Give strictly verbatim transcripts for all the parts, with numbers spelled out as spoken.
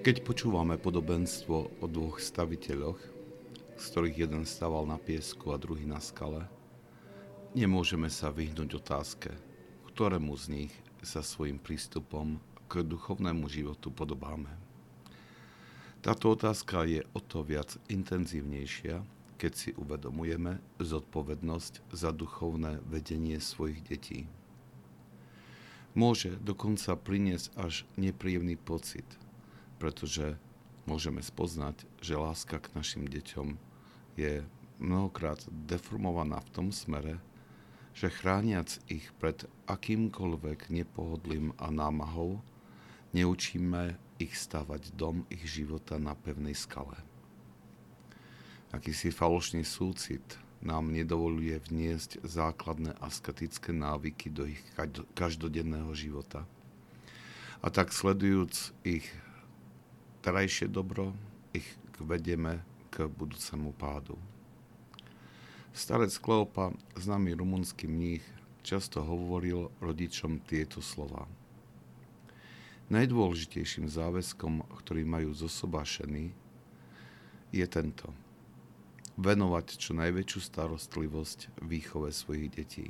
Keď počúvame podobenstvo o dvoch staviteľoch, z ktorých jeden staval na piesku a druhý na skale, nemôžeme sa vyhnúť otázke, ktorému z nich sa svojím prístupom k duchovnému životu podobáme. Táto otázka je o to viac intenzívnejšia, keď si uvedomujeme zodpovednosť za duchovné vedenie svojich detí. Môže dokonca priniesť až nepríjemný pocit, pretože môžeme spoznať, že láska k našim deťom je mnohokrát deformovaná v tom smere, že chrániac ich pred akýmkoľvek nepohodlím a námahou, neučíme ich stavať dom ich života na pevnej skale. Akýsi falošný súcit nám nedovoluje vniesť základné asketické návyky do ich každodenného života. A tak sledujúc ich terajšie dobro, ich vedieme k budúcemu pádu. Starec Kleopa, známy rumunský mních, často hovoril rodičom tieto slová. Najdôležitejším záväzkom, ktorý majú zosobášení, je tento. Venovať čo najväčšiu starostlivosť výchove svojich detí.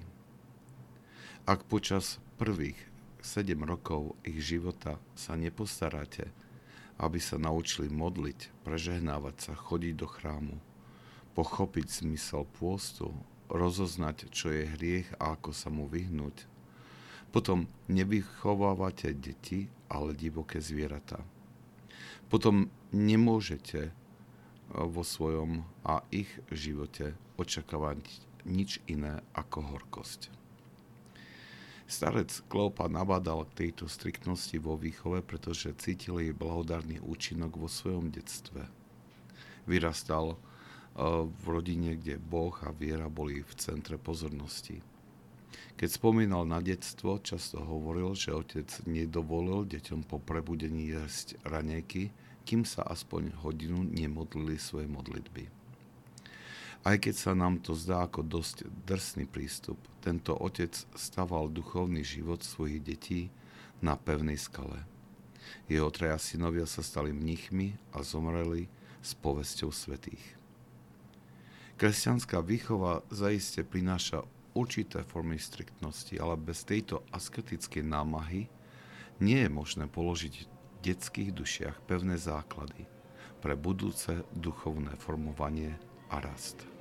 Ak počas prvých sedem rokov ich života sa nepostaráte, aby sa naučili modliť, prežehnávať sa, chodiť do chrámu, pochopiť zmysel pôstu, rozoznať, čo je hriech a ako sa mu vyhnúť, potom nevychovávate deti, ale divoké zvieratá. Potom nemôžete vo svojom a ich živote očakávať nič iné ako horkosť. Starec Kleopa nabádal k tejto striktnosti vo výchove, pretože cítil jej blahodárny účinok vo svojom detstve. Vyrastal v rodine, kde Boh a viera boli v centre pozornosti. Keď spomínal na detstvo, často hovoril, že otec nedovolil deťom po prebudení jesť raňajky, kým sa aspoň hodinu nemodlili svoje modlitby. Aj keď sa nám to zdá ako dosť drsný prístup, tento otec staval duchovný život svojich detí na pevnej skale. Jeho traja synovia sa stali mníchmi a zomreli s povesťou svätých. Kresťanská výchova zaiste prináša určité formy striktnosti, ale bez tejto asketickej námahy nie je možné položiť v detských dušiach pevné základy pre budúce duchovné formovanie a rast.